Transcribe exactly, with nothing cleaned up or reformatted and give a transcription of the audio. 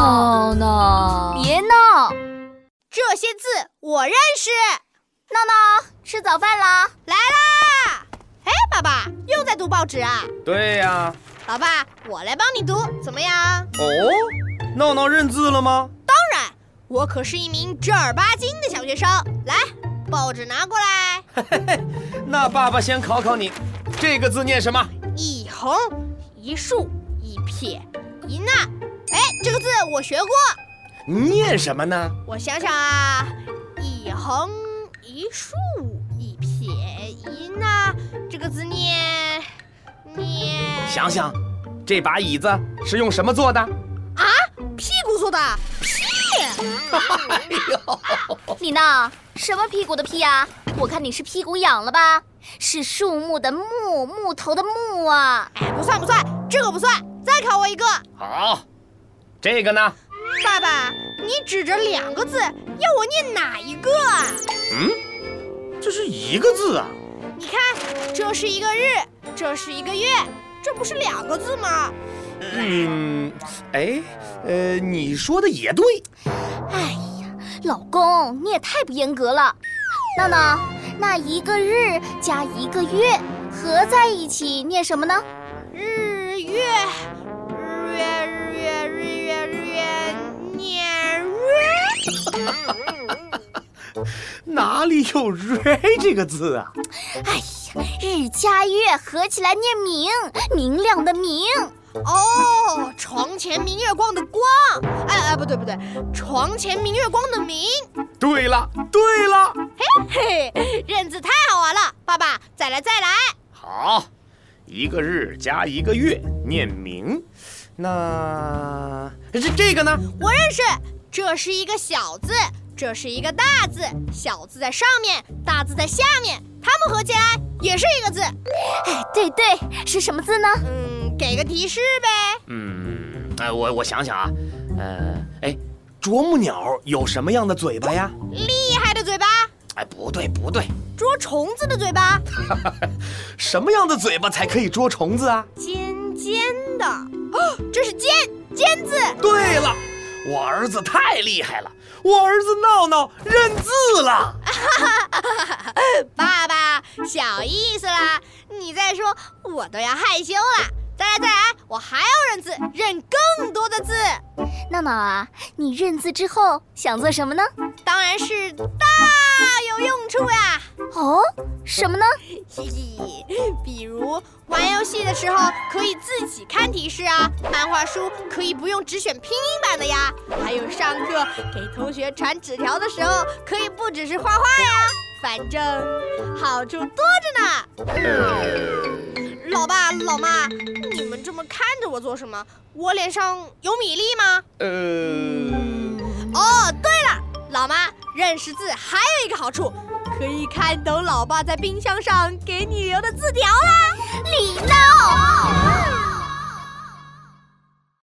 闹闹，别闹！ 这些字我认识。 闹闹，吃早饭啦！ 来啦！哎，爸爸又在读报纸啊？ 对呀、啊。 老爸，我来帮你读，怎么样？ 哦，闹闹认字了吗？ 当然，我可是一名正儿八经的小学生。来，报纸拿过来。 那爸爸先考考你，这个字念什么？ 一横一竖一撇一捺。哎，这个字我学过。 念什么呢？ 我想想啊，一横一竖一撇一捺，这个字念念。 想想，这把椅子是用什么做的？ 啊，屁股做的。屁！ 哎呦， 你呢？什么屁股的屁啊？我看你是屁股痒了吧？是树木的木，木头的木啊！ 哎，不算不算，这个不算。再考我一个。 好，这个呢？ 爸爸，你指着两个字，要我念哪一个啊？ 嗯，这是一个字啊。 你看，这是一个日，这是一个月，这不是两个字吗？ 嗯，哎，呃，你说的也对。 哎呀，老公，你也太不严格了。闹闹，那一个日加一个月合在一起念什么呢？ 日月日月日月日月日月念瑞。 哪里有瑞这个字啊？ 哎呀，日加月合起来念明，明亮的明。 哦，床前明月光的光。哎哎，不对不对，床前明月光的明。 对了对了， 嘿嘿，认字太好玩了。爸爸，再来再来。 好，一个日加一个月念明。那这这个呢？ 我认识，这是一个小字，这是一个大字，小字在上面，大字在下面，它们合起来也是一个字。 哎，对对，是什么字呢？ 嗯，给个提示呗。 嗯，哎，我我想想啊，呃，哎，啄木鸟有什么样的嘴巴呀？ 厉害的嘴巴。 哎，不对不对， 捉虫子的嘴巴。 什么样的嘴巴才可以捉虫子啊？ 尖尖的。哦，这是尖尖字。 对了，我儿子太厉害了，我儿子闹闹认字了。 爸爸，小意思啦，你再说我都要害羞了。再来再来，我还要认字，认更多的字。 闹闹啊，你认字之后想做什么呢？ 当然是大有用处呀。 哦，什么呢？ 嘿嘿，比如玩游戏的时候可以自己看提示啊，漫画书可以不用只选拼音版的呀，还有上课给同学传纸条的时候可以不只是画画呀，反正好处多着呢。老爸老妈，你们这么看着我做什么？我脸上有米粒吗？ 呃， 哦，对了，老妈，认识字还有一个好处，可以看懂老爸在冰箱上给你留的字条啦。 李闹。